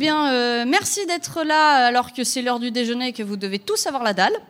Merci d'être là alors que c'est l'heure du déjeuner et que vous devez tous avoir la dalle.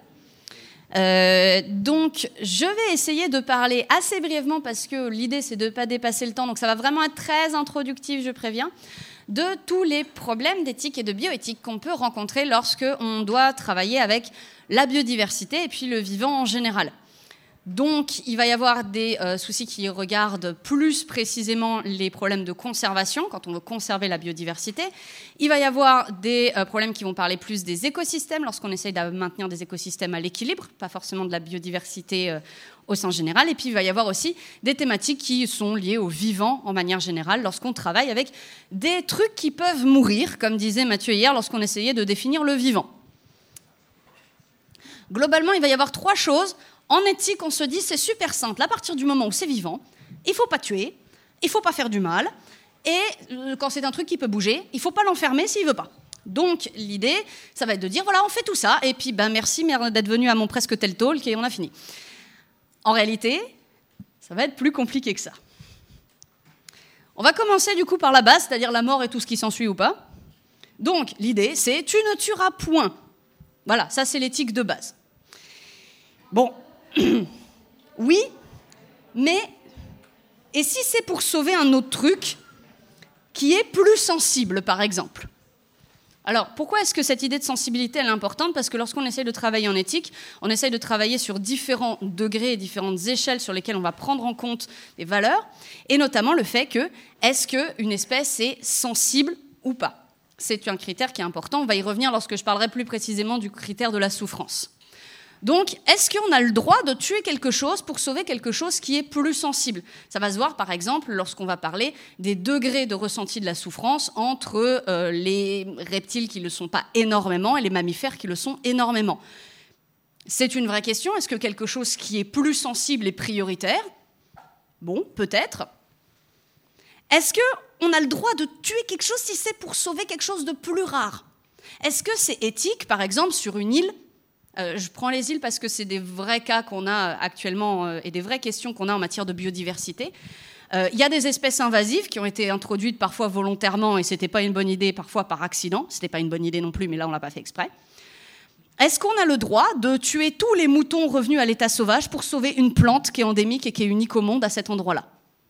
Donc, je vais essayer de parler assez brièvement parce que l'idée, c'est de ne pas dépasser le temps. Donc, ça va vraiment être très introductif, je préviens, de tous les problèmes d'éthique et de bioéthique qu'on peut rencontrer lorsqu'on doit travailler avec la biodiversité et puis le vivant en général. Donc, il va y avoir des soucis qui regardent plus précisément les problèmes de conservation, quand on veut conserver la biodiversité. Il va y avoir des problèmes qui vont parler plus des écosystèmes, lorsqu'on essaye de maintenir des écosystèmes à l'équilibre, pas forcément de la biodiversité au sens général. Et puis, il va y avoir aussi des thématiques qui sont liées au vivant en manière générale, lorsqu'on travaille avec des trucs qui peuvent mourir, comme disait Mathieu hier, lorsqu'on essayait de définir le vivant. Globalement, il va y avoir 3 choses. En éthique, on se dit, c'est super simple. À partir du moment où c'est vivant, il ne faut pas tuer, il ne faut pas faire du mal. Et quand c'est un truc qui peut bouger, il ne faut pas l'enfermer s'il ne veut pas. Donc, l'idée, ça va être de dire, voilà, on fait tout ça. Et puis, merci d'être venu à mon presque tel talk et on a fini. En réalité, ça va être plus compliqué que ça. On va commencer du coup par la base, c'est-à-dire la mort et tout ce qui s'ensuit ou pas. Donc, l'idée, c'est, tu ne tueras point. Voilà, ça c'est l'éthique de base. Bon. Oui, mais et si c'est pour sauver un autre truc qui est plus sensible, par exemple ? Alors, pourquoi est-ce que cette idée de sensibilité elle est importante ? Parce que lorsqu'on essaye de travailler en éthique, on essaye de travailler sur différents degrés et différentes échelles sur lesquelles on va prendre en compte des valeurs, et notamment le fait que, est-ce qu'une espèce est sensible ou pas ? C'est un critère qui est important, on va y revenir lorsque je parlerai plus précisément du critère de la souffrance. Donc, est-ce qu'on a le droit de tuer quelque chose pour sauver quelque chose qui est plus sensible ? Ça va se voir, par exemple, lorsqu'on va parler des degrés de ressenti de la souffrance entre les reptiles qui ne le sont pas énormément et les mammifères qui le sont énormément. C'est une vraie question. Est-ce que quelque chose qui est plus sensible est prioritaire ? Bon, peut-être. Est-ce qu'on a le droit de tuer quelque chose si c'est pour sauver quelque chose de plus rare ? Est-ce que c'est éthique, par exemple, sur une île ? Je prends les îles parce que c'est des vrais cas qu'on a actuellement et des vraies questions qu'on a en matière de biodiversité. Il y a des espèces invasives qui ont été introduites parfois volontairement et ce n'était pas une bonne idée, parfois par accident. Ce n'était pas une bonne idée non plus, mais là on ne l'a pas fait exprès. Est-ce qu'on a le droit de tuer tous les moutons revenus à l'état sauvage pour sauver une plante qui est endémique et qui est unique au monde à cet endroit-là ?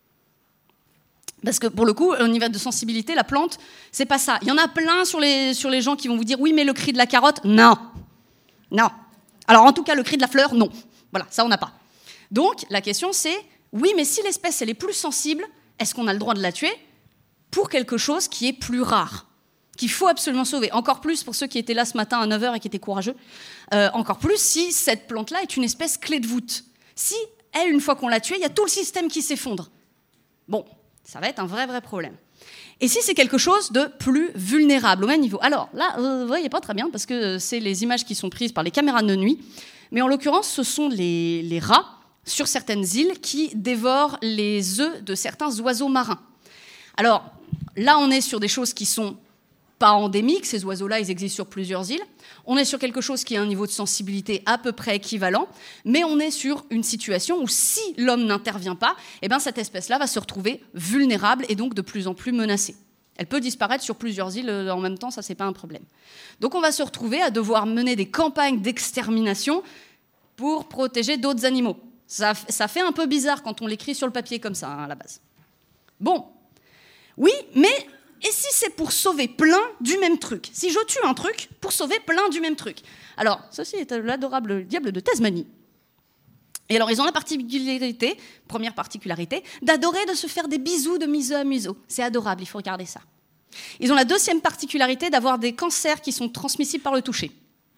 Parce que pour le coup, au niveau de sensibilité, la plante, c'est pas ça. Il y en a plein sur les gens qui vont vous dire « oui, mais le cri de la carotte, non ». Non. Alors, en tout cas, le cri de la fleur, non. Voilà, ça, on n'a pas. Donc, la question, c'est, oui, mais si l'espèce, elle est plus sensible, est-ce qu'on a le droit de la tuer pour quelque chose qui est plus rare, qu'il faut absolument sauver ? Encore plus pour ceux qui étaient là ce matin à 9h et qui étaient courageux. Encore plus si cette plante-là est une espèce clé de voûte. Si, elle, une fois qu'on l'a tuée, il y a tout le système qui s'effondre. Bon, ça va être un vrai problème. Et si c'est quelque chose de plus vulnérable, au même niveau ? Alors là, vous voyez pas très bien parce que c'est les images qui sont prises par les caméras de nuit. Mais en l'occurrence, ce sont les rats sur certaines îles qui dévorent les œufs de certains oiseaux marins. Alors là, on est sur des choses qui sont pas endémiques. Ces oiseaux-là, ils existent sur plusieurs îles. On est sur quelque chose qui a un niveau de sensibilité à peu près équivalent, mais on est sur une situation où si l'homme n'intervient pas, eh ben cette espèce-là va se retrouver vulnérable et donc de plus en plus menacée. Elle peut disparaître sur plusieurs îles en même temps, ça c'est pas un problème. Donc on va se retrouver à devoir mener des campagnes d'extermination pour protéger d'autres animaux. Ça fait un peu bizarre quand on l'écrit sur le papier comme ça, à la base. Bon, oui, mais... Et si c'est pour sauver plein du même truc ? Si je tue un truc pour sauver plein du même truc ? Alors, ceci est l'adorable diable de Tasmanie. Et alors, ils ont la particularité, première particularité, d'adorer de se faire des bisous de museau à museau. C'est adorable, il faut regarder ça. Ils ont la deuxième particularité d'avoir des cancers qui sont transmissibles par le toucher.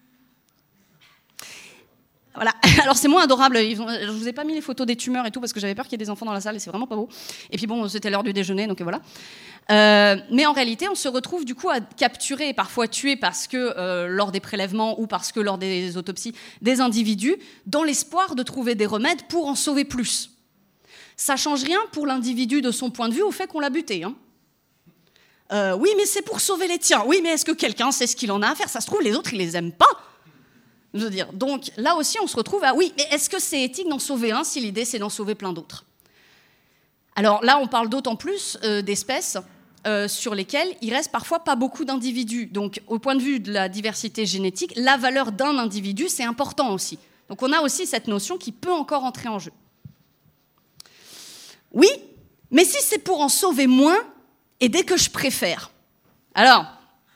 Voilà. Alors c'est moins adorable, je vous ai pas mis les photos des tumeurs et tout parce que j'avais peur qu'il y ait des enfants dans la salle et c'est vraiment pas beau. Et puis bon, c'était l'heure du déjeuner, donc voilà. Mais en réalité, on se retrouve du coup à capturer et parfois tuer parce que lors des prélèvements ou parce que lors des autopsies, des individus dans l'espoir de trouver des remèdes pour en sauver plus. Ça change rien pour l'individu de son point de vue au fait qu'on l'a buté. Oui, mais c'est pour sauver les tiens. Oui, mais est-ce que quelqu'un sait ce qu'il en a à faire ? Ça se trouve, les autres, ils les aiment pas. Je veux dire, donc là aussi, on se retrouve à oui, mais est-ce que c'est éthique d'en sauver un si l'idée c'est d'en sauver plein d'autres ? Alors là, on parle d'autant plus d'espèces sur lesquels il reste parfois pas beaucoup d'individus. Donc, au point de vue de la diversité génétique, la valeur d'un individu, c'est important aussi. Donc, on a aussi cette notion qui peut encore entrer en jeu. Oui, mais si c'est pour en sauver moins et dès que je préfère. Alors,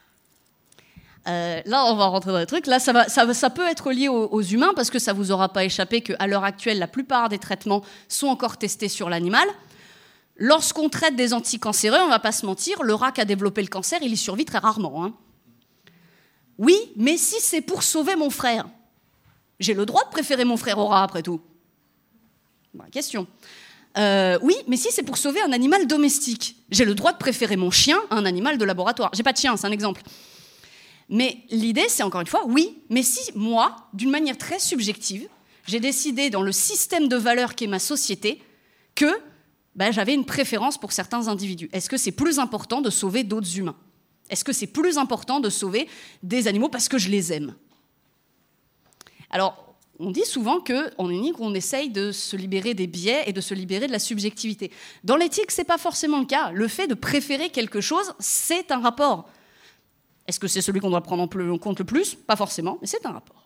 là, on va rentrer dans les trucs. Là, ça peut être lié aux humains parce que ça ne vous aura pas échappé qu'à l'heure actuelle, la plupart des traitements sont encore testés sur l'animal. Lorsqu'on traite des anticancéreux, on ne va pas se mentir, le rat qui a développé le cancer, il y survit très rarement. Hein. Oui, mais si c'est pour sauver mon frère, j'ai le droit de préférer mon frère au rat, après tout. Bonne question. Oui, mais si c'est pour sauver un animal domestique, j'ai le droit de préférer mon chien à un animal de laboratoire. J'ai pas de chien, c'est un exemple. Mais l'idée, c'est encore une fois, oui, mais si moi, d'une manière très subjective, j'ai décidé dans le système de valeurs qu'est ma société que j'avais une préférence pour certains individus. Est-ce que c'est plus important de sauver d'autres humains? Est-ce que c'est plus important de sauver des animaux parce que je les aime? Alors, on dit souvent qu'en éthique, on essaye de se libérer des biais et de se libérer de la subjectivité. Dans l'éthique, ce n'est pas forcément le cas. Le fait de préférer quelque chose, c'est un rapport. Est-ce que c'est celui qu'on doit prendre en compte le plus? Pas forcément, mais c'est un rapport.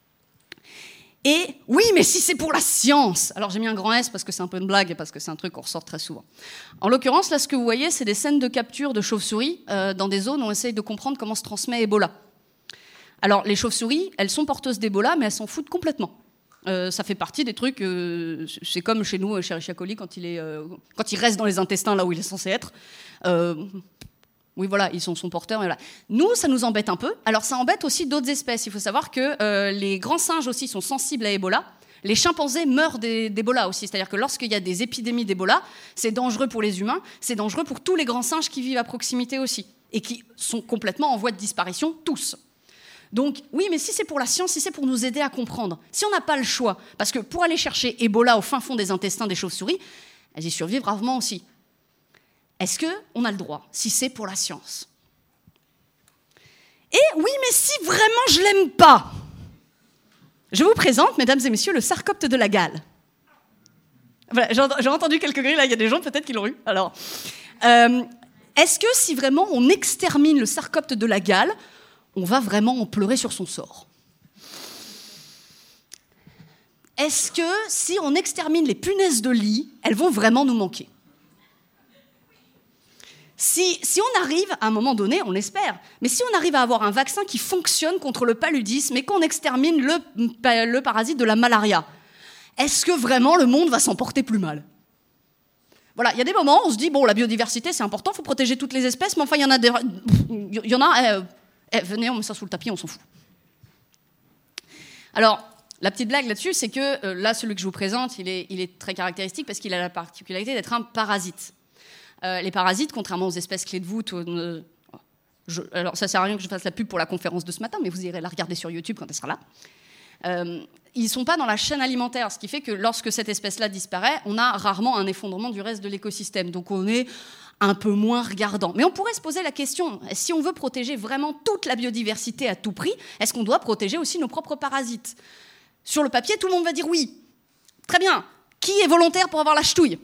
Et oui, mais si c'est pour la science. Alors j'ai mis un grand S parce que c'est un peu une blague et parce que c'est un truc qu'on ressort très souvent. En l'occurrence, là, ce que vous voyez, c'est des scènes de capture de chauves-souris dans des zones où on essaye de comprendre comment se transmet Ebola. Alors les chauves-souris, elles sont porteuses d'Ebola, mais elles s'en foutent complètement. Ça fait partie des trucs, c'est comme chez nous, chez Escherichia coli, quand il reste dans les intestins, là où il est censé être. Oui, voilà, ils sont porteurs. Mais voilà. Nous, ça nous embête un peu. Alors, ça embête aussi d'autres espèces. Il faut savoir que les grands singes aussi sont sensibles à Ebola. Les chimpanzés meurent d'Ebola aussi. C'est-à-dire que lorsqu'il y a des épidémies d'Ebola, c'est dangereux pour les humains, c'est dangereux pour tous les grands singes qui vivent à proximité aussi et qui sont complètement en voie de disparition, tous. Donc, oui, mais si c'est pour la science, si c'est pour nous aider à comprendre, si on n'a pas le choix, parce que pour aller chercher Ebola au fin fond des intestins des chauves-souris, elles y survivent gravement aussi. Est-ce qu'on a le droit, si c'est pour la science? Et oui, mais si vraiment je l'aime pas, je vous présente, mesdames et messieurs, le sarcopte de la Galle. Voilà, j'ai entendu quelques grilles, là, il y a des gens peut-être qui l'ont eu. Alors, est-ce que si vraiment on extermine le sarcopte de la Galle, on va vraiment en pleurer sur son sort? Est-ce que si on extermine les punaises de lit, elles vont vraiment nous manquer? Si on arrive, à un moment donné, on espère, mais si on arrive à avoir un vaccin qui fonctionne contre le paludisme et qu'on extermine le parasite de la malaria, est-ce que vraiment le monde va s'en porter plus mal? Voilà, il y a des moments où on se dit, bon, la biodiversité, c'est important, il faut protéger toutes les espèces, mais enfin, il y en a, venez, on met ça sous le tapis, on s'en fout. Alors, la petite blague là-dessus, c'est que là, celui que je vous présente, il est très caractéristique parce qu'il a la particularité d'être un parasite. Les parasites, contrairement aux espèces clés de voûte, alors ça sert à rien que je fasse la pub pour la conférence de ce matin, mais vous irez la regarder sur YouTube quand elle sera là. Ils ne sont pas dans la chaîne alimentaire, ce qui fait que lorsque cette espèce-là disparaît, on a rarement un effondrement du reste de l'écosystème. Donc on est un peu moins regardant. Mais on pourrait se poser la question, si on veut protéger vraiment toute la biodiversité à tout prix, est-ce qu'on doit protéger aussi nos propres parasites? Sur le papier, tout le monde va dire oui. Très bien. Qui est volontaire pour avoir la ch'touille?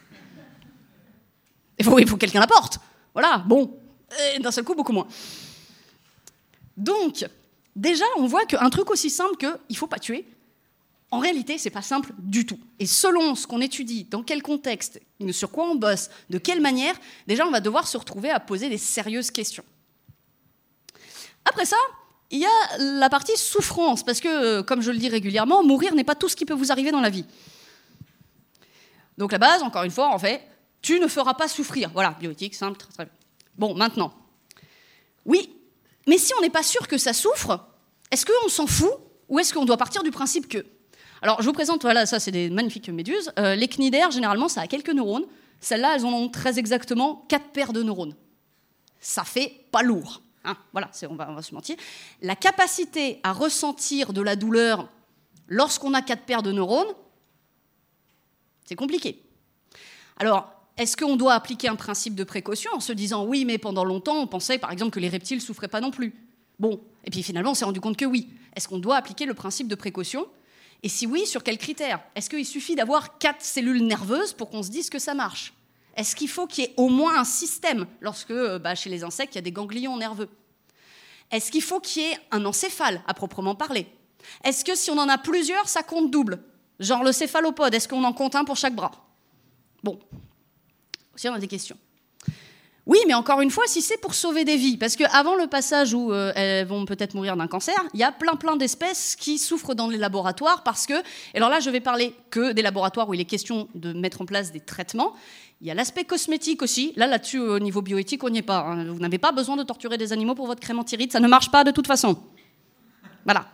Il faut que quelqu'un la porte. Voilà, bon. Et d'un seul coup, beaucoup moins. Donc, déjà, on voit qu'un truc aussi simple qu'il ne faut pas tuer, en réalité, ce n'est pas simple du tout. Et selon ce qu'on étudie, dans quel contexte, sur quoi on bosse, de quelle manière, déjà, on va devoir se retrouver à poser des sérieuses questions. Après ça, il y a la partie souffrance, parce que, comme je le dis régulièrement, mourir n'est pas tout ce qui peut vous arriver dans la vie. Donc la base, encore une fois, en fait, tu ne feras pas souffrir. Voilà, bioéthique, simple, très, très bien. Bon, maintenant, oui, mais si on n'est pas sûr que ça souffre, est-ce qu'on s'en fout ou est-ce qu'on doit partir du principe que... Alors, je vous présente, voilà, ça, c'est des magnifiques méduses. Les cnidaires, généralement, ça a quelques neurones. Celles-là, elles en ont très exactement 4 paires de neurones. Ça fait pas lourd. Hein, voilà, on va se mentir. La capacité à ressentir de la douleur lorsqu'on a 4 paires de neurones, c'est compliqué. Alors, est-ce qu'on doit appliquer un principe de précaution en se disant oui, mais pendant longtemps, on pensait par exemple que les reptiles ne souffraient pas non plus. Bon, et puis finalement, on s'est rendu compte que oui. Est-ce qu'on doit appliquer le principe de précaution? Et si oui, sur quels critères? Est-ce qu'il suffit d'avoir 4 cellules nerveuses pour qu'on se dise que ça marche? Est-ce qu'il faut qu'il y ait au moins un système lorsque, chez les insectes, il y a des ganglions nerveux? Est-ce qu'il faut qu'il y ait un encéphale, à proprement parler? Est-ce que si on en a plusieurs, ça compte double? Genre le céphalopode, est-ce qu'on en compte un pour chaque bras? Bon, aussi on a des questions. Oui, mais encore une fois, si c'est pour sauver des vies, parce qu'avant le passage où elles vont peut-être mourir d'un cancer, il y a plein d'espèces qui souffrent dans les laboratoires parce que, et alors là je vais parler que des laboratoires où il est question de mettre en place des traitements. Il y a l'aspect cosmétique aussi. Là-dessus, au niveau bioéthique, on n'y est pas. Hein. Vous n'avez pas besoin de torturer des animaux pour votre crème anti-rides, ça ne marche pas de toute façon. Voilà.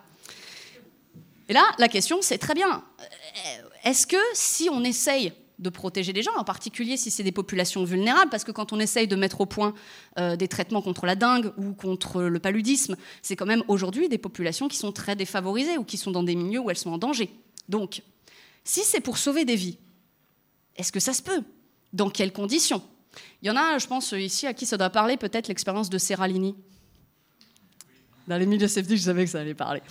Et là, la question, c'est très bien. Est-ce que si on essaye de protéger les gens, en particulier si c'est des populations vulnérables, parce que quand on essaye de mettre au point des traitements contre la dengue ou contre le paludisme, c'est quand même aujourd'hui des populations qui sont très défavorisées ou qui sont dans des milieux où elles sont en danger. Donc, si c'est pour sauver des vies, est-ce que ça se peut? Dans quelles conditions? Il y en a, je pense, ici, à qui ça doit parler, peut-être l'expérience de Serralini. Dans les milieux safety, je savais que ça allait parler.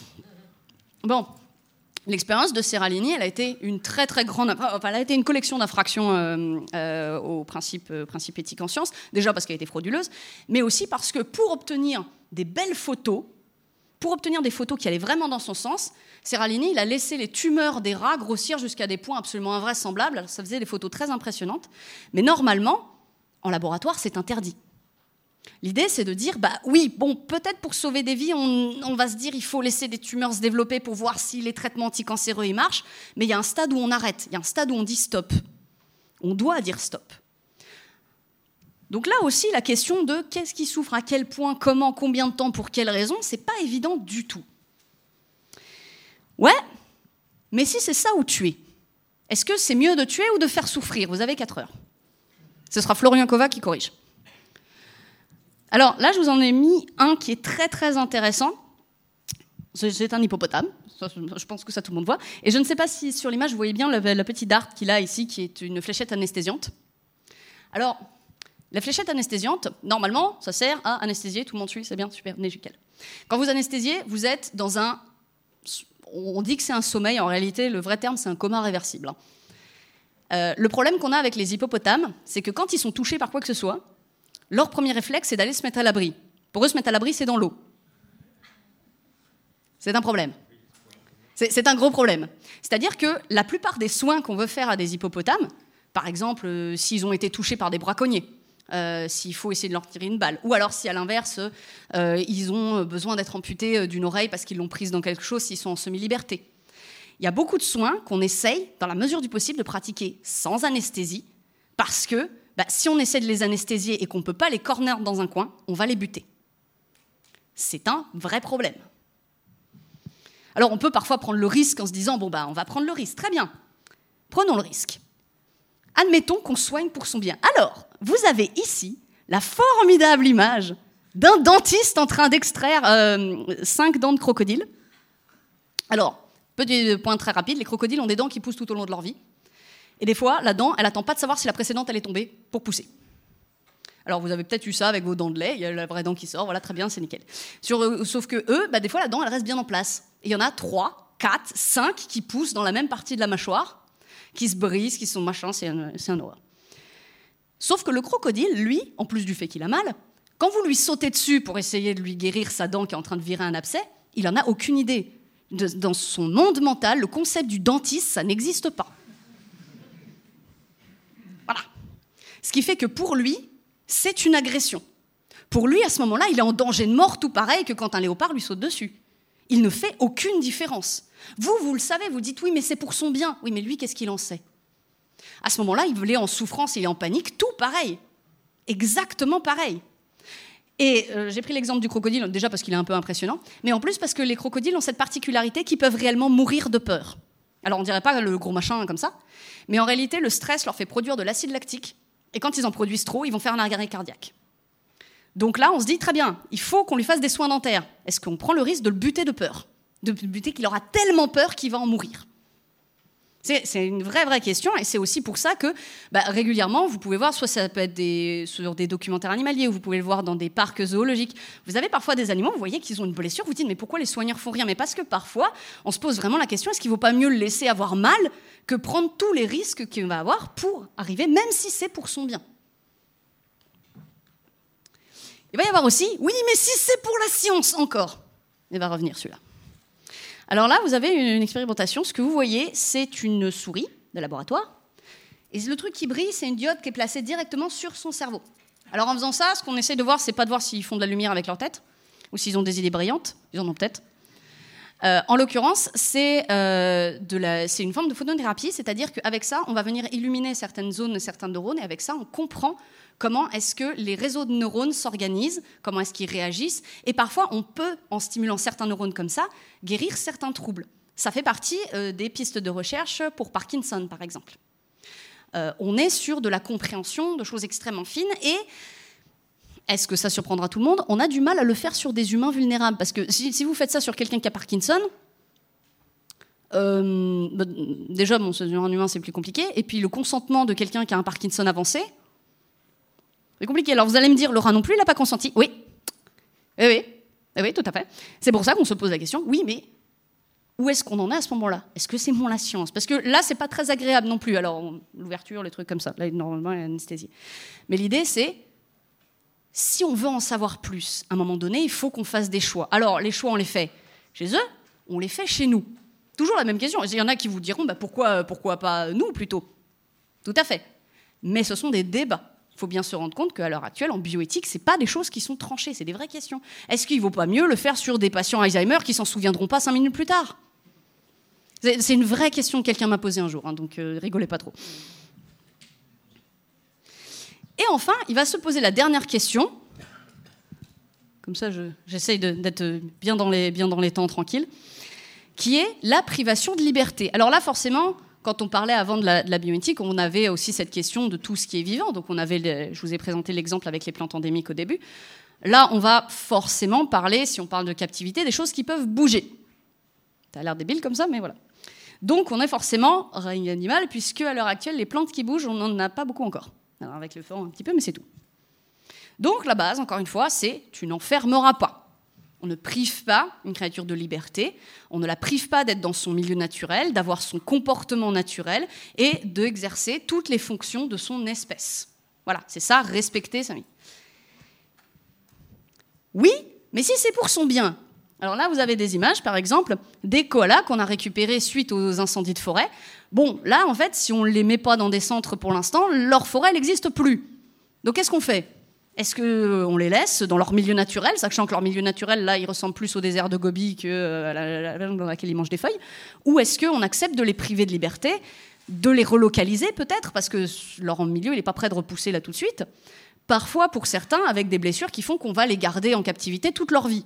Bon. L'expérience de Serralini, elle a été une très très grande, elle a été une collection d'infractions au principe éthique en sciences, déjà parce qu'elle a été frauduleuse, mais aussi parce que pour obtenir des belles photos, pour obtenir des photos qui allaient vraiment dans son sens, Serralini, il a laissé les tumeurs des rats grossir jusqu'à des points absolument invraisemblables. Alors, ça faisait des photos très impressionnantes, mais normalement, en laboratoire, c'est interdit. L'idée, c'est de dire, oui, bon, peut-être pour sauver des vies, on va se dire il faut laisser des tumeurs se développer pour voir si les traitements anticancéreux y marchent, mais il y a un stade où on arrête, il y a un stade où on dit stop. On doit dire stop. Donc là aussi, la question de qu'est-ce qui souffre, à quel point, comment, combien de temps, pour quelles raisons, c'est pas évident du tout. Ouais, mais si c'est ça ou tuer, est-ce que c'est mieux de tuer ou de faire souffrir? Vous avez 4 heures. Ce sera Florian Kova qui corrige. Alors là, je vous en ai mis un qui est très très intéressant. C'est un hippopotame, je pense que ça tout le monde voit. Et je ne sais pas si sur l'image, vous voyez bien la petite dart qu'il a ici, qui est une fléchette anesthésiante. Alors, la fléchette anesthésiante, normalement, ça sert à anesthésier, tout le monde suit, c'est bien, super, nickel. Quand vous anesthésiez, vous êtes dans un... On dit que c'est un sommeil, en réalité, le vrai terme, c'est un coma réversible. Le problème qu'on a avec les hippopotames, c'est que quand ils sont touchés par quoi que ce soit, leur premier réflexe, c'est d'aller se mettre à l'abri. Pour eux, se mettre à l'abri, c'est dans l'eau. C'est un problème. C'est un gros problème. C'est-à-dire que la plupart des soins qu'on veut faire à des hippopotames, par exemple, s'ils ont été touchés par des braconniers, s'il faut essayer de leur tirer une balle, ou alors si, à l'inverse, ils ont besoin d'être amputés d'une oreille parce qu'ils l'ont prise dans quelque chose, s'ils sont en semi-liberté. Il y a beaucoup de soins qu'on essaye, dans la mesure du possible, de pratiquer sans anesthésie, parce que si on essaie de les anesthésier et qu'on ne peut pas les corner dans un coin, on va les buter. C'est un vrai problème. Alors on peut parfois prendre le risque en se disant, on va prendre le risque, très bien, prenons le risque. Admettons qu'on soigne pour son bien. Alors, vous avez ici la formidable image d'un dentiste en train d'extraire 5 dents de crocodile. Alors, petit point très rapide, les crocodiles ont des dents qui poussent tout au long de leur vie. Et des fois, la dent, elle n'attend pas de savoir si la précédente, elle est tombée pour pousser. Alors, vous avez peut-être eu ça avec vos dents de lait, il y a la vraie dent qui sort, voilà, très bien, c'est nickel. Sauf que eux, des fois, la dent, elle reste bien en place. Et il y en a 3, 4, 5 qui poussent dans la même partie de la mâchoire, qui se brisent, qui sont machin, c'est un horreur. Sauf que le crocodile, lui, en plus du fait qu'il a mal, quand vous lui sautez dessus pour essayer de lui guérir sa dent qui est en train de virer un abcès, il n'en a aucune idée. Dans son monde mental, le concept du dentiste, ça n'existe pas. Voilà. Ce qui fait que pour lui, c'est une agression. Pour lui, à ce moment-là, il est en danger de mort, tout pareil que quand un léopard lui saute dessus. Il ne fait aucune différence. Vous le savez, vous dites oui, mais c'est pour son bien. Oui, mais lui, qu'est-ce qu'il en sait? À ce moment-là, il est en souffrance, il est en panique, tout pareil. Exactement pareil. Et j'ai pris l'exemple du crocodile, déjà parce qu'il est un peu impressionnant, mais en plus parce que les crocodiles ont cette particularité qu'ils peuvent réellement mourir de peur. Alors on dirait pas le gros machin comme ça, mais en réalité, le stress leur fait produire de l'acide lactique, et quand ils en produisent trop, ils vont faire un arrêt cardiaque. Donc là, on se dit, très bien, il faut qu'on lui fasse des soins dentaires. Est-ce qu'on prend le risque de le buter de peur? De le buter qu'il aura tellement peur qu'il va en mourir? C'est une vraie question, et c'est aussi pour ça que régulièrement, vous pouvez voir, soit ça peut être sur des documentaires animaliers, ou vous pouvez le voir dans des parcs zoologiques. Vous avez parfois des animaux, vous voyez qu'ils ont une blessure, vous dites, mais pourquoi les soigneurs font rien? Mais parce que parfois, on se pose vraiment la question, est-ce qu'il ne vaut pas mieux le laisser avoir mal que prendre tous les risques qu'il va avoir pour arriver, même si c'est pour son bien? Il va y avoir aussi, oui, mais si c'est pour la science encore, il va revenir celui-là. Alors là, vous avez une expérimentation. Ce que vous voyez, c'est une souris de laboratoire. Et le truc qui brille, c'est une diode qui est placée directement sur son cerveau. Alors en faisant ça, ce qu'on essaie de voir, c'est pas de voir s'ils font de la lumière avec leur tête ou s'ils ont des idées brillantes. Ils en ont peut-être. En l'occurrence, c'est une forme de photothérapie, c'est-à-dire qu'avec ça, on va venir illuminer certaines zones, certains neurones, et avec ça, on comprend comment est-ce que les réseaux de neurones s'organisent, comment est-ce qu'ils réagissent, et parfois, on peut, en stimulant certains neurones comme ça, guérir certains troubles. Ça fait partie des pistes de recherche pour Parkinson, par exemple. On est sur de la compréhension de choses extrêmement fines, et est-ce que ça surprendra tout le monde? On a du mal à le faire sur des humains vulnérables, parce que si vous faites ça sur quelqu'un qui a Parkinson, déjà, sur un humain, c'est plus compliqué, et puis le consentement de quelqu'un qui a un Parkinson avancé, c'est compliqué. Alors vous allez me dire, le rat non plus, il n'a pas consenti. Oui, tout à fait. C'est pour ça qu'on se pose la question, oui, mais où est-ce qu'on en est à ce moment-là? Est-ce que c'est la science? Parce que là, c'est pas très agréable non plus. Alors, l'ouverture, les trucs comme ça, là, normalement, il y a l'anesthésie. Mais l'idée, c'est, si on veut en savoir plus, à un moment donné, il faut qu'on fasse des choix. Alors, les choix, on les fait chez eux, on les fait chez nous. Toujours la même question. Il y en a qui vous diront, pourquoi pas nous, plutôt? Tout à fait. Mais ce sont des débats. Il faut bien se rendre compte qu'à l'heure actuelle, en bioéthique, ce n'est pas des choses qui sont tranchées, c'est des vraies questions. Est-ce qu'il ne vaut pas mieux le faire sur des patients Alzheimer qui ne s'en souviendront pas 5 minutes plus tard? C'est une vraie question que quelqu'un m'a posée un jour, donc rigolez pas trop. Et enfin, il va se poser la dernière question. Comme ça, j'essaye d'être bien dans les temps tranquilles, qui est la privation de liberté. Alors là, forcément, quand on parlait avant de la bioéthique, on avait aussi cette question de tout ce qui est vivant. Donc je vous ai présenté l'exemple avec les plantes endémiques au début. Là, on va forcément parler, si on parle de captivité, des choses qui peuvent bouger. Ça a l'air débile comme ça, mais voilà. Donc on est forcément règne animal, puisque à l'heure actuelle, les plantes qui bougent, on n'en a pas beaucoup encore. Alors avec le vent un petit peu, mais c'est tout. Donc la base, encore une fois, c'est tu n'enfermeras pas. On ne prive pas une créature de liberté, on ne la prive pas d'être dans son milieu naturel, d'avoir son comportement naturel et d'exercer toutes les fonctions de son espèce. Voilà, c'est ça, respecter sa vie. Oui, mais si c'est pour son bien. Alors là, vous avez des images, par exemple, des koalas qu'on a récupérés suite aux incendies de forêt. Bon, là, en fait, si on ne les met pas dans des centres pour l'instant, leur forêt, elle n'existe plus. Donc, qu'est-ce qu'on fait ? Est-ce qu'on les laisse dans leur milieu naturel, sachant que leur milieu naturel, là, il ressemble plus au désert de Gobi que dans laquelle ils mangent des feuilles? Ou est-ce qu'on accepte de les priver de liberté, de les relocaliser peut-être, parce que leur milieu, il n'est pas prêt de repousser là tout de suite? Parfois, pour certains, avec des blessures qui font qu'on va les garder en captivité toute leur vie.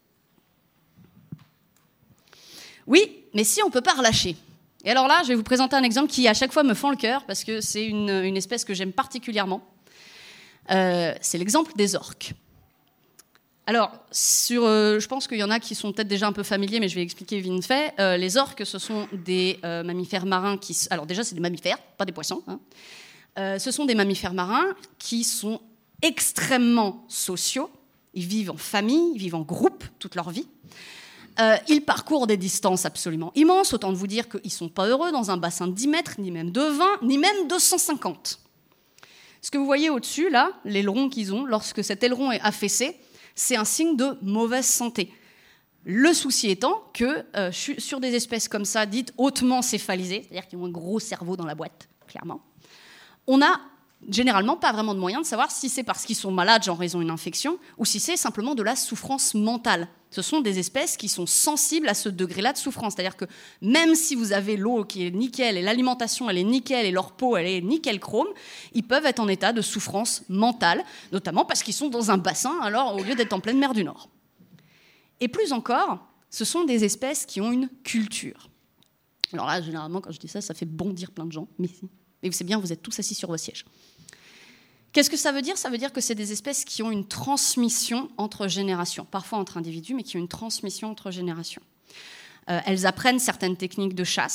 Oui, mais si on ne peut pas relâcher. Et alors là, je vais vous présenter un exemple qui, à chaque fois, me fend le cœur, parce que c'est une espèce que j'aime particulièrement. C'est l'exemple des orques. Alors, je pense qu'il y en a qui sont peut-être déjà un peu familiers, mais je vais expliquer vite fait. Les orques, ce sont des mammifères marins qui... Alors déjà, c'est des mammifères, pas des poissons. Ce sont des mammifères marins qui sont extrêmement sociaux. Ils vivent en famille, ils vivent en groupe toute leur vie. Ils parcourent des distances absolument immenses. Autant de vous dire qu'ils ne sont pas heureux dans un bassin de 10 mètres, ni même de 20, ni même de 150. Ce que vous voyez au-dessus, là, l'aileron qu'ils ont, lorsque cet aileron est affaissé, c'est un signe de mauvaise santé. Le souci étant que sur des espèces comme ça, dites hautement céphalisées, c'est-à-dire qui ont un gros cerveau dans la boîte, clairement, on n'a généralement pas vraiment de moyen de savoir si c'est parce qu'ils sont malades, genre ils ont une infection, ou si c'est simplement de la souffrance mentale. Ce sont des espèces qui sont sensibles à ce degré-là de souffrance. C'est-à-dire que même si vous avez l'eau qui est nickel, et l'alimentation elle est nickel, et leur peau elle est nickel chrome, ils peuvent être en état de souffrance mentale, notamment parce qu'ils sont dans un bassin, alors au lieu d'être en pleine mer du Nord. Et plus encore, ce sont des espèces qui ont une culture. Alors là, généralement, quand je dis ça, ça fait bondir plein de gens. Mais c'est bien, vous êtes tous assis sur vos sièges. Qu'est-ce que ça veut dire ? Ça veut dire que c'est des espèces qui ont une transmission entre générations, parfois entre individus, mais qui ont une transmission entre générations. Elles apprennent certaines techniques de chasse,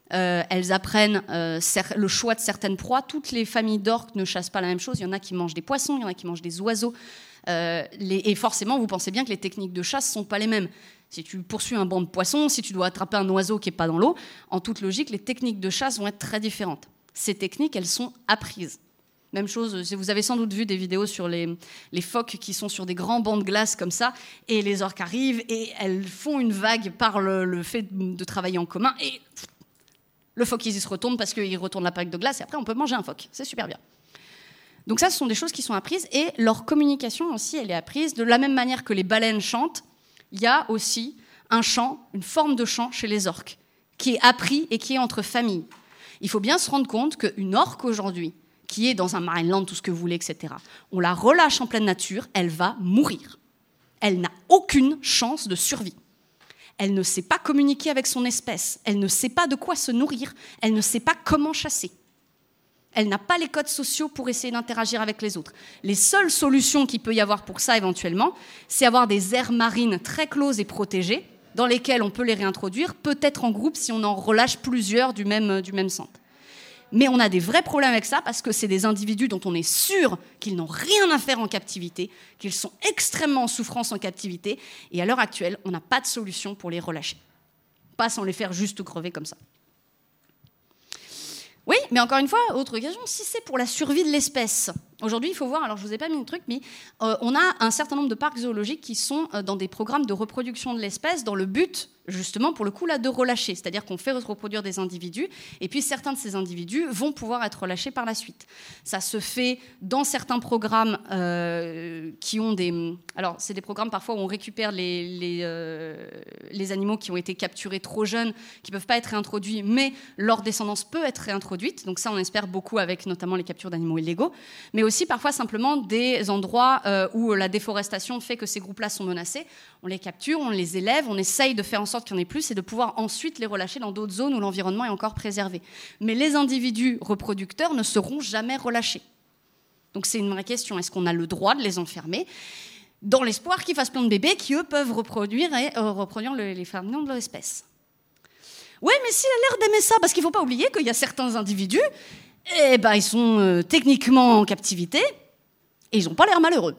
elles apprennent le choix de certaines proies. Toutes les familles d'orques ne chassent pas la même chose. Il y en a qui mangent des poissons, il y en a qui mangent des oiseaux. Et forcément, vous pensez bien que les techniques de chasse ne sont pas les mêmes. Si tu poursuis un banc de poissons, si tu dois attraper un oiseau qui n'est pas dans l'eau, en toute logique, les techniques de chasse vont être très différentes. Ces techniques, elles sont apprises. Même chose, vous avez sans doute vu des vidéos sur les phoques qui sont sur des grands bancs de glace comme ça, et les orques arrivent et elles font une vague par le fait de travailler en commun, et le phoque il se retourne parce qu'il retourne la plaque de glace, et après on peut manger un phoque. C'est super bien. Donc ça, ce sont des choses qui sont apprises, et leur communication aussi, elle est apprise. De la même manière que les baleines chantent, il y a aussi un chant, une forme de chant chez les orques, qui est appris et qui est entre familles. Il faut bien se rendre compte qu'une orque aujourd'hui, qui est dans un Marineland, tout ce que vous voulez, etc., on la relâche en pleine nature, elle va mourir. Elle n'a aucune chance de survie. Elle ne sait pas communiquer avec son espèce, elle ne sait pas de quoi se nourrir, elle ne sait pas comment chasser. Elle n'a pas les codes sociaux pour essayer d'interagir avec les autres. Les seules solutions qu'il peut y avoir pour ça, éventuellement, c'est avoir des aires marines très closes et protégées, dans lesquelles on peut les réintroduire, peut-être en groupe si on en relâche plusieurs du même centre. Mais on a des vrais problèmes avec ça, parce que c'est des individus dont on est sûr qu'ils n'ont rien à faire en captivité, qu'ils sont extrêmement en souffrance en captivité, et à l'heure actuelle, on n'a pas de solution pour les relâcher. Pas sans les faire juste crever comme ça. Oui, mais encore une fois, autre question, si c'est pour la survie de l'espèce. Aujourd'hui, il faut voir, alors je ne vous ai pas mis le truc, mais on a un certain nombre de parcs zoologiques qui sont dans des programmes de reproduction de l'espèce dans le but, justement, pour le coup, là, de relâcher. C'est-à-dire qu'on fait reproduire des individus, et puis certains de ces individus vont pouvoir être relâchés par la suite. Ça se fait dans certains programmes qui ont des... Alors, c'est des programmes parfois où on récupère les animaux qui ont été capturés trop jeunes, qui ne peuvent pas être réintroduits, mais leur descendance peut être réintroduite. Donc ça, on espère beaucoup avec notamment les captures d'animaux illégaux. Mais aussi parfois simplement des endroits où la déforestation fait que ces groupes-là sont menacés. On les capture, on les élève, on essaye de faire en sorte qu'il y en ait plus et de pouvoir ensuite les relâcher dans d'autres zones où l'environnement est encore préservé. Mais les individus reproducteurs ne seront jamais relâchés. Donc c'est une vraie question. Est-ce qu'on a le droit de les enfermer dans l'espoir qu'ils fassent plein de bébés qui, eux, peuvent reproduire les fermions de leur espèce? Oui, mais s'il a l'air d'aimer ça, parce qu'il ne faut pas oublier qu'il y a certains individus, ils sont techniquement en captivité et ils n'ont pas l'air malheureux.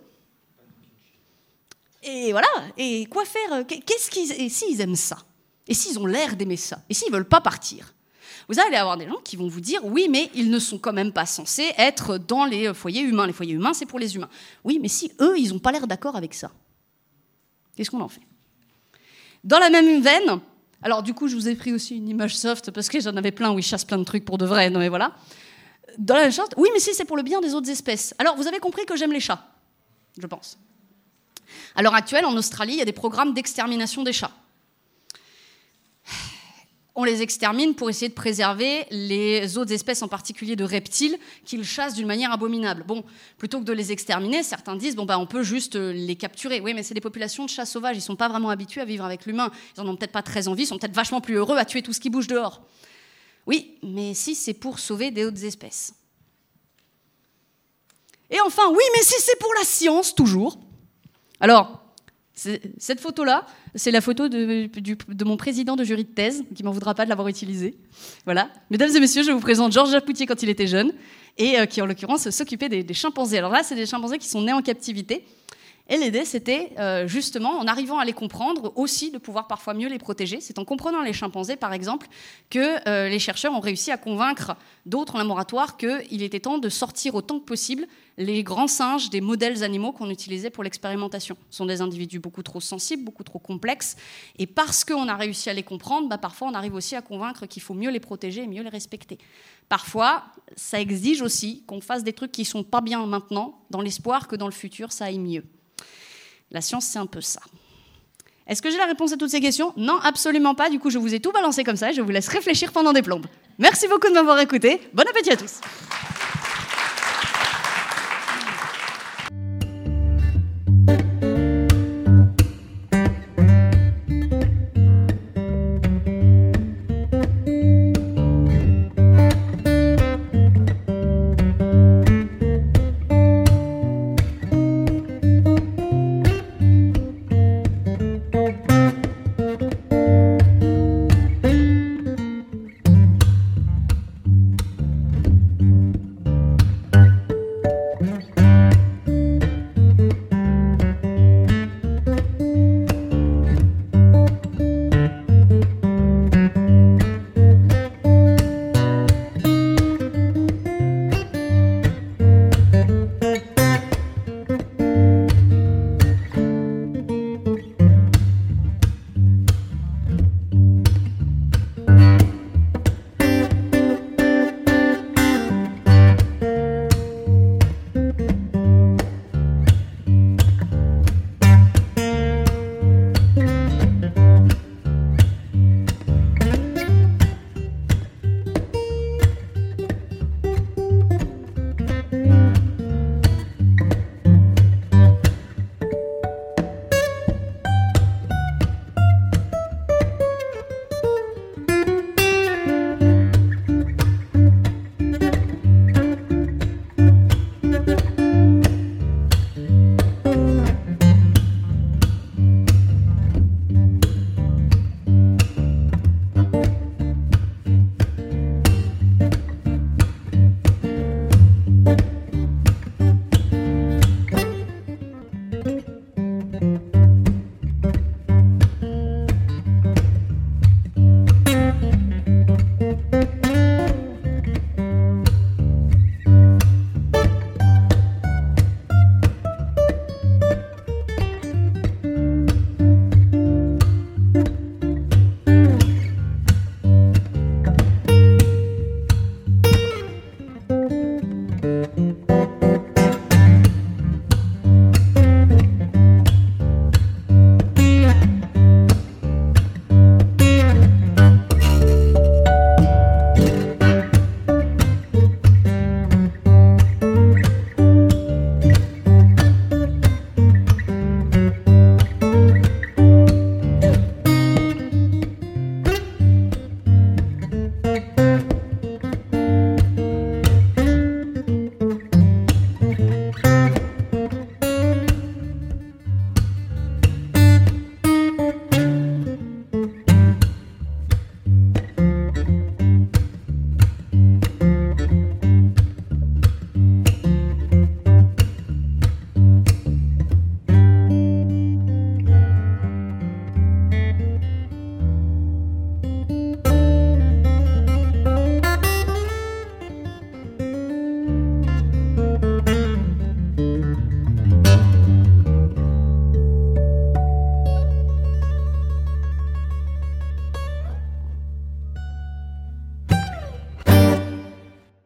Et voilà, et quoi faire? Et s'ils aiment ça? Et s'ils ont l'air d'aimer ça? Et s'ils ne veulent pas partir? Vous allez avoir des gens qui vont vous dire, oui, mais ils ne sont quand même pas censés être dans les foyers humains. Les foyers humains, c'est pour les humains. Oui, mais si eux, ils n'ont pas l'air d'accord avec ça, qu'est-ce qu'on en fait? Dans la même veine, alors du coup, je vous ai pris aussi une image soft, parce que j'en avais plein où ils chassent plein de trucs pour de vrai, non mais voilà. Dans la même chose, oui, mais si c'est pour le bien des autres espèces. Alors, vous avez compris que j'aime les chats, je pense. À l'heure actuelle, en Australie, il y a des programmes d'extermination des chats. On les extermine pour essayer de préserver les autres espèces, en particulier de reptiles, qu'ils chassent d'une manière abominable. Bon, plutôt que de les exterminer, certains disent, on peut juste les capturer. Oui, mais c'est des populations de chats sauvages, ils ne sont pas vraiment habitués à vivre avec l'humain. Ils n'en ont peut-être pas très envie, ils sont peut-être vachement plus heureux à tuer tout ce qui bouge dehors. Oui, mais si c'est pour sauver des autres espèces. Et enfin, oui, mais si c'est pour la science, toujours. Alors, cette photo-là, c'est la photo de mon président de jury de thèse, qui ne m'en voudra pas de l'avoir utilisée. Voilà. Mesdames et messieurs, je vous présente Georges Japoutier quand il était jeune, et qui, en l'occurrence, s'occupait des chimpanzés. Alors là, c'est des chimpanzés qui sont nés en captivité. Et l'idée, c'était justement, en arrivant à les comprendre, aussi de pouvoir parfois mieux les protéger. C'est en comprenant les chimpanzés, par exemple, que les chercheurs ont réussi à convaincre d'autres en laboratoire qu'il était temps de sortir autant que possible les grands singes des modèles animaux qu'on utilisait pour l'expérimentation. Ce sont des individus beaucoup trop sensibles, beaucoup trop complexes. Et parce qu'on a réussi à les comprendre, parfois on arrive aussi à convaincre qu'il faut mieux les protéger et mieux les respecter. Parfois, ça exige aussi qu'on fasse des trucs qui ne sont pas bien maintenant, dans l'espoir que dans le futur, ça aille mieux. La science, c'est un peu ça. Est-ce que j'ai la réponse à toutes ces questions? Non, absolument pas. Du coup, je vous ai tout balancé comme ça et je vous laisse réfléchir pendant des plombes. Merci beaucoup de m'avoir écouté. Bon appétit à tous.